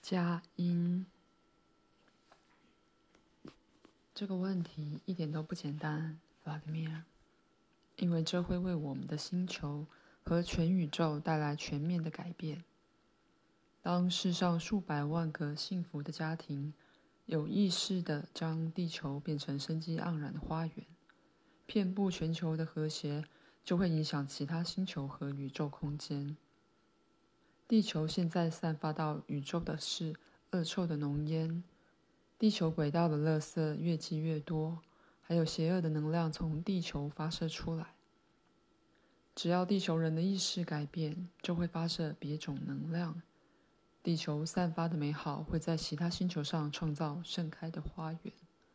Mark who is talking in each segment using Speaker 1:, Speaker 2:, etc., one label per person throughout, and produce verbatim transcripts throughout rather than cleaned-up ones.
Speaker 1: 佳音。这个问题一点都不简单，弗拉迪米尔，因为这会为我们的星球和全宇宙带来全面的改变。当世上数百万个幸福的家庭有意识地将地球变成生机盎然的花园，遍布全球的和谐就会影响其他星球和宇宙空间。地球现在散发到宇宙的是恶臭的浓烟，地球轨道的垃圾越积越多，还有邪恶的能量从地球发射出来。只要地球人的意识改变，就会发射别种能量。地球散发的美好会在其他星球上创造盛开的花园。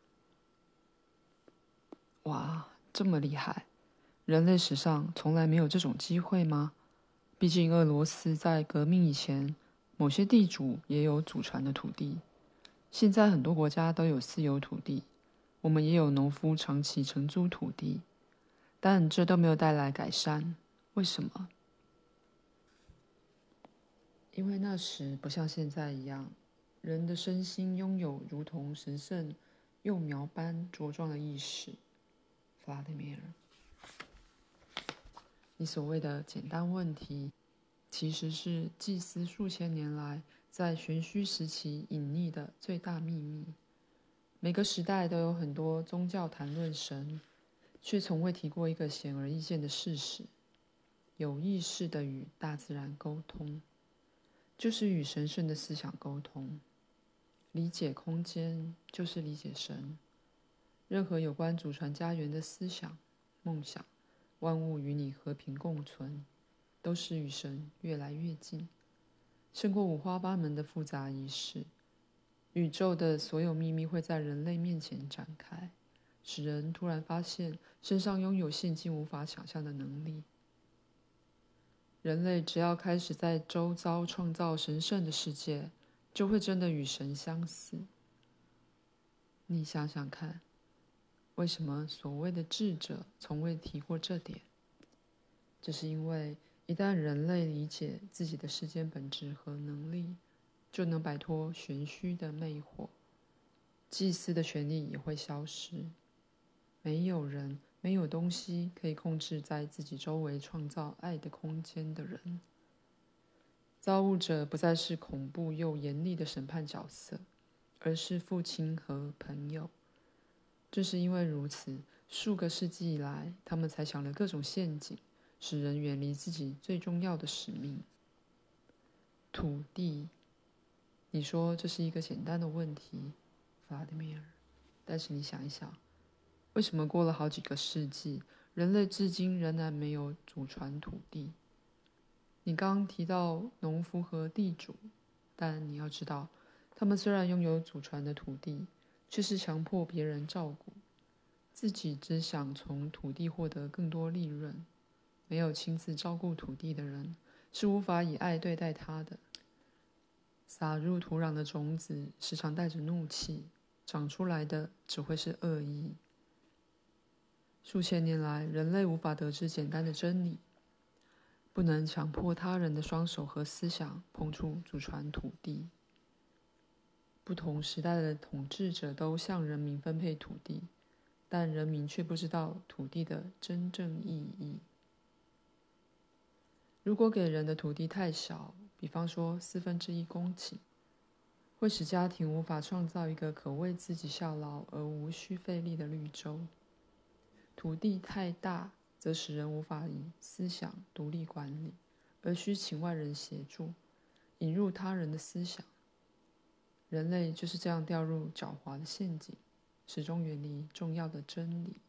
Speaker 1: 哇，这么厉害！人类史上从来没有这种机会吗？毕竟俄罗斯在革命以前，某些地主也有祖传的土地。现在很多国家都有私有土地，我们也有农夫长期承租土地，但这都没有带来改善。为什么？因为那时不像现在一样，人的身心拥有如同神圣幼苗般茁壮的意识。弗拉迪米尔，你所谓的简单问题，其实是祭司数千年来在玄虚时期隐匿的最大秘密。每个时代都有很多宗教谈论神，却从未提过一个显而易见的事实：有意识地与大自然沟通，就是与神圣的思想沟通。理解空间，就是理解神。任何有关祖传家园的思想、梦想，万物与你和平共存，都是与神越来越近，胜过五花八门的复杂仪式。宇宙的所有秘密会在人类面前展开，使人突然发现身上拥有现今无法想象的能力。人类只要开始在周遭创造神圣的世界，就会真的与神相似。你想想看，为什么所谓的智者从未提过这点？这是因为一旦人类理解自己的世间本质和能力，就能摆脱玄虚的魅惑，祭司的权力也会消失。没有人，没有东西可以控制在自己周围创造爱的空间的人。造物者不再是恐怖又严厉的审判角色，而是父亲和朋友。正是因为如此，数个世纪以来，他们才想了各种陷阱，使人远离自己最重要的使命——土地。你说这是一个简单的问题，弗拉迪米尔，但是你想一想，为什么过了好几个世纪，人类至今仍然没有祖传土地？你刚提到农夫和地主，但你要知道，他们虽然拥有祖传的土地，却是强迫别人照顾，自己只想从土地获得更多利润。没有亲自照顾土地的人，是无法以爱对待它的。撒入土壤的种子时常带着怒气，长出来的只会是恶意。数千年来，人类无法得知简单的真理：不能强迫他人的双手和思想碰触祖传土地。不同时代的统治者都向人民分配土地，但人民却不知道土地的真正意义。如果给人的土地太少，比方说四分之一公顷，会使家庭无法创造一个可为自己效劳而无需费力的绿洲。土地太大，则使人无法以思想独立管理，而需请外人协助，引入他人的思想。人类就是这样掉入狡猾的陷阱，始终远离重要的真理。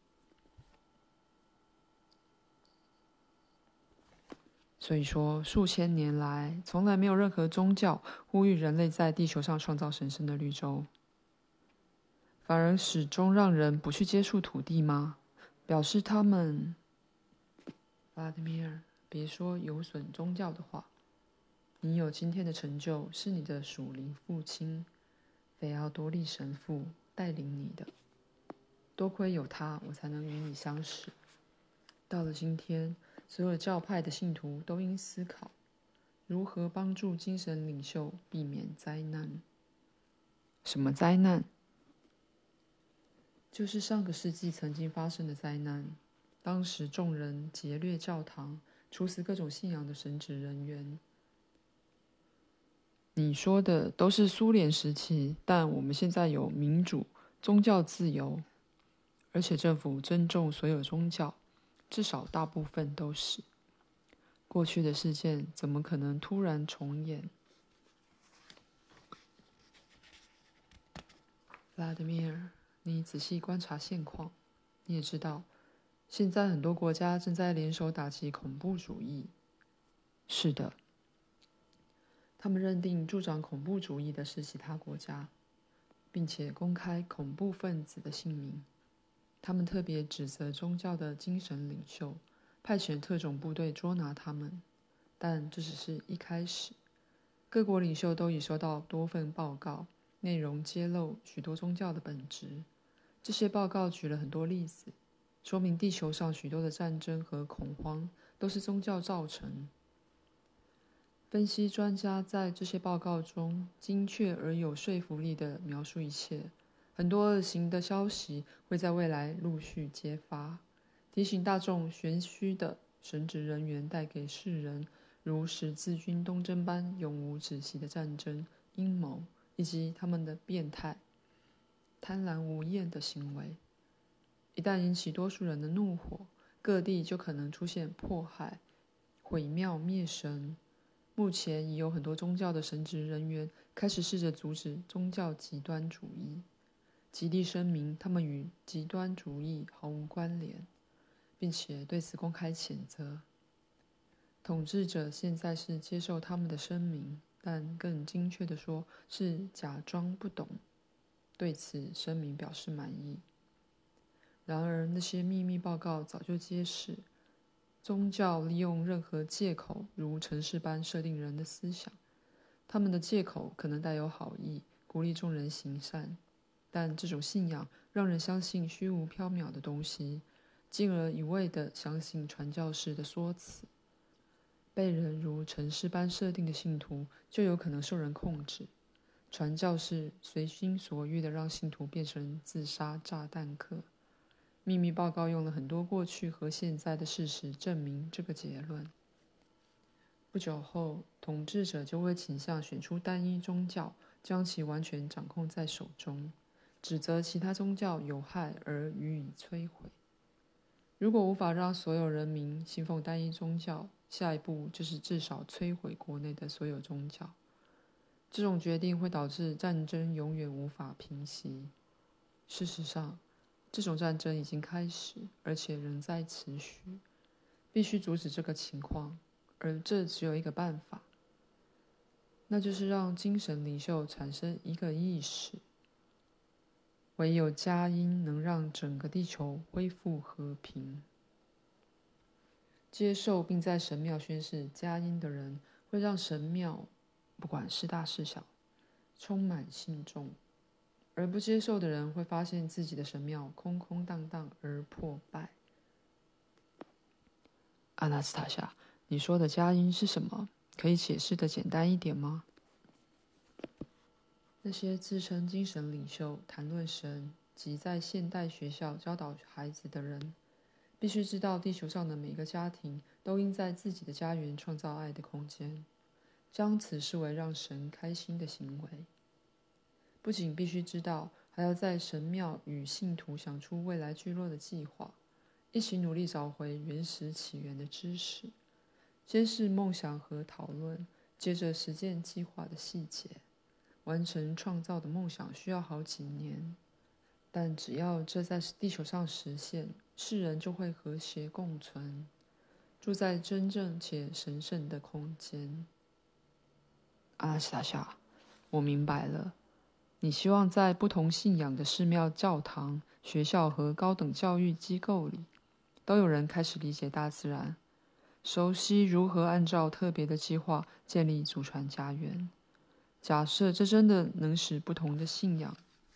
Speaker 1: 所以说，数千年来，从来没有任何宗教呼吁人类在地球上创造神圣的绿洲，反而始终让人不去接触土地吗？表示他们……弗拉迪米尔，别说有损宗教的话。你有今天的成就，是你的属灵父亲菲奥多利神父带领你的。多亏有他，我才能与你相识。到了今天，所有教派的信徒都应思考： 如何帮助精神领袖避免灾难。什么灾难？就是上个世纪曾经发生的灾难。当时众人劫掠教堂，处死各种信仰的神职人员。你说的都是苏联时期，但我们现在有民主、宗教自由，而且政府尊重所有宗教，至少大部分都是。过去的事件怎么可能突然重演？弗拉德米尔，你仔细观察现况，你也知道，现在很多国家正在联手打击恐怖主义。是的，他们认定助长恐怖主义的是其他国家，并且公开恐怖分子的姓名。他们特别指责宗教的精神领袖，派遣特种部队捉拿他们。但这只是一开始，各国领袖都已收到多份报告，内容揭露许多宗教的本质。这些报告举了很多例子，说明地球上许多的战争和恐慌都是宗教造成。分析专家在这些报告中精确而有说服力地描述一切，很多恶行的消息会在未来陆续揭发，提醒大众玄虚的神职人员带给世人如十字军东征般永无止息的战争阴谋，以及他们的变态、贪婪无厌的行为。一旦引起多数人的怒火，各地就可能出现迫害、毁庙灭神。目前已有很多宗教的神职人员开始试着阻止宗教极端主义，极力声明他们与极端主义毫无关联，并且对此公开谴责。统治者现在是接受他们的声明，但更精确地说是假装不懂，对此声明表示满意。然而那些秘密报告早就揭示，宗教利用任何借口如程式般设定人的思想，他们的借口可能带有好意，鼓励众人行善，但这种信仰让人相信虚无缥缈的东西，进而一味地相信传教士的说辞。被人如程式般设定的信徒就有可能受人控制，传教士随心所欲地让信徒变成自杀炸弹客。秘密报告用了很多过去和现在的事实证明这个结论。不久后，统治者就会倾向选出单一宗教，将其完全掌控在手中，指责其他宗教有害而予以摧毁。如果无法让所有人民信奉单一宗教，下一步就是至少摧毁国内的所有宗教。这种决定会导致战争永远无法平息。事实上，这种战争已经开始，而且仍在持续。必须阻止这个情况，而这只有一个办法，那就是让精神领袖产生一个意识。唯有佳音能让整个地球恢复和平。接受并在神庙宣誓佳音的人，会让神庙，不管是大是小，充满信众。而不接受的人会发现自己的神庙空空荡荡而破败。阿纳斯塔夏，你说的佳音是什么？可以解释的简单一点吗？那些自称精神领袖、谈论神及在现代学校教导孩子的人，必须知道地球上的每个家庭都应在自己的家园创造爱的空间，将此视为让神开心的行为。不仅必须知道，还要在神庙与信徒想出未来聚落的计划，一起努力找回原始起源的知识。先是梦想和讨论，接着实践计划的细节。完成创造的梦想需要好几年，但只要这在地球上实现，世人就会和谐共存，住在真正且神圣的空间。阿纳西塔夏，我明白了。你希望在不同信仰的寺庙、教堂、学校和高等教育机构里，都有人开始理解大自然，熟悉如何按照特别的计划建立祖传家园。假设这真的能使不同的信仰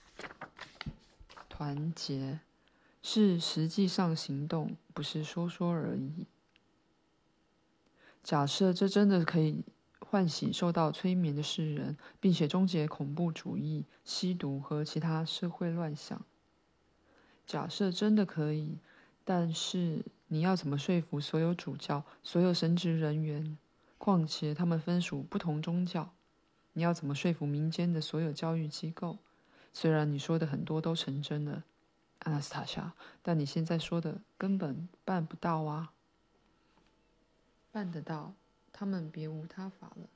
Speaker 1: 团结，是实际上行动，不是说说而已。假设这真的可以唤醒受到催眠的世人，并且终结恐怖主义、吸毒和其他社会乱象。假设真的可以，但是你要怎么说服所有主教、所有神职人员？况且他们分属不同宗教，你要怎么说服民间的所有教育机构？虽然你说的很多都成真了，阿纳斯塔夏，但你现在说的根本办不到啊！办得到，他们别无他法了。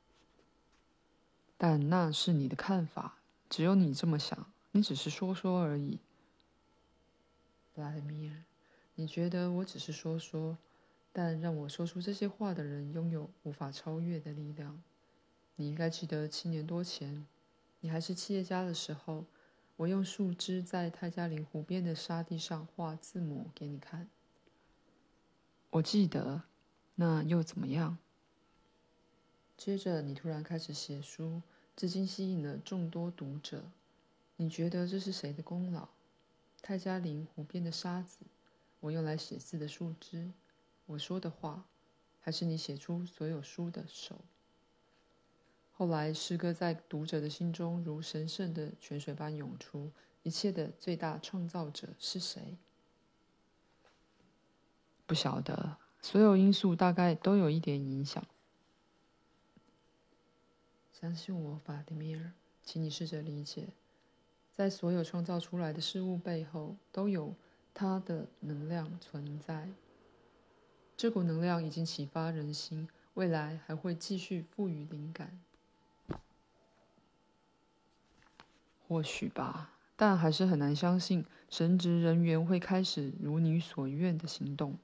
Speaker 1: 但那是你的看法，只有你这么想，你只是说说而已。布拉德米尔，你觉得我只是说说，但让我说出这些话的人拥有无法超越的力量。你应该记得七年多前，你还是企业家的时候，我用树枝在泰加林湖边的沙地上画字母给你看。我记得，那又怎么样？接着你突然开始写书，至今吸引了众多读者。你觉得这是谁的功劳？泰加林湖边的沙子，我用来写字的树枝，我说的话，还是你写出所有书的手？后来诗歌在读者的心中如神圣的泉水般涌出。一切的最大创造者是谁？不晓得，所有因素大概都有一点影响。相信我，法蒂米尔，请你试着理解，在所有创造出来的事物背后，都有它的能量存在。这股能量已经启发人心，未来还会继续赋予灵感。或许吧，但还是很难相信神职人员会开始如你所愿的行动。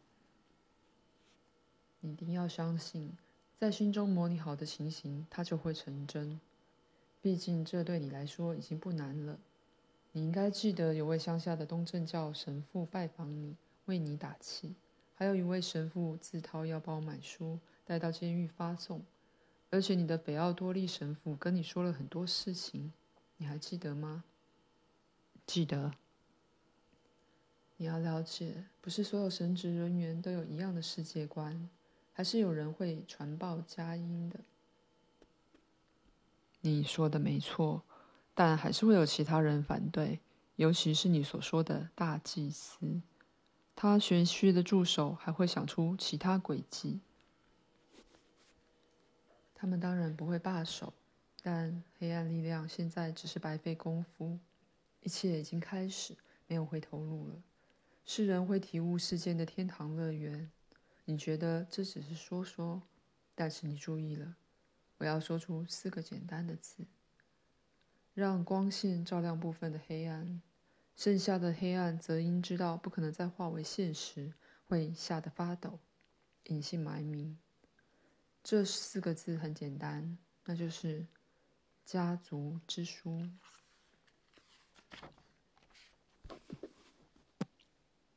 Speaker 1: 你一定要相信，在心中模拟好的情形，它就会成真。毕竟这对你来说已经不难了。你应该记得，有位乡下的东正教神父拜访你，为你打气；还有一位神父自掏腰包买书，带到监狱发送。而且你的北奥多利神父跟你说了很多事情，你还记得吗？记得。你要了解，不是所有神职人员都有一样的世界观，还是有人会传报佳音的。你说的没错，但还是会有其他人反对，尤其是你所说的大祭司，他玄虚的助手还会想出其他诡计。他们当然不会罢手，但黑暗力量现在只是白费功夫，一切已经开始，没有回头路了。世人会体悟世间的天堂乐园。你觉得这只是说说，但是你注意了，我要说出四个简单的字，让光线照亮部分的黑暗，剩下的黑暗则因知道不可能再化为现实，会吓得发抖，隐姓埋名。这四个字很简单，那就是家族之书。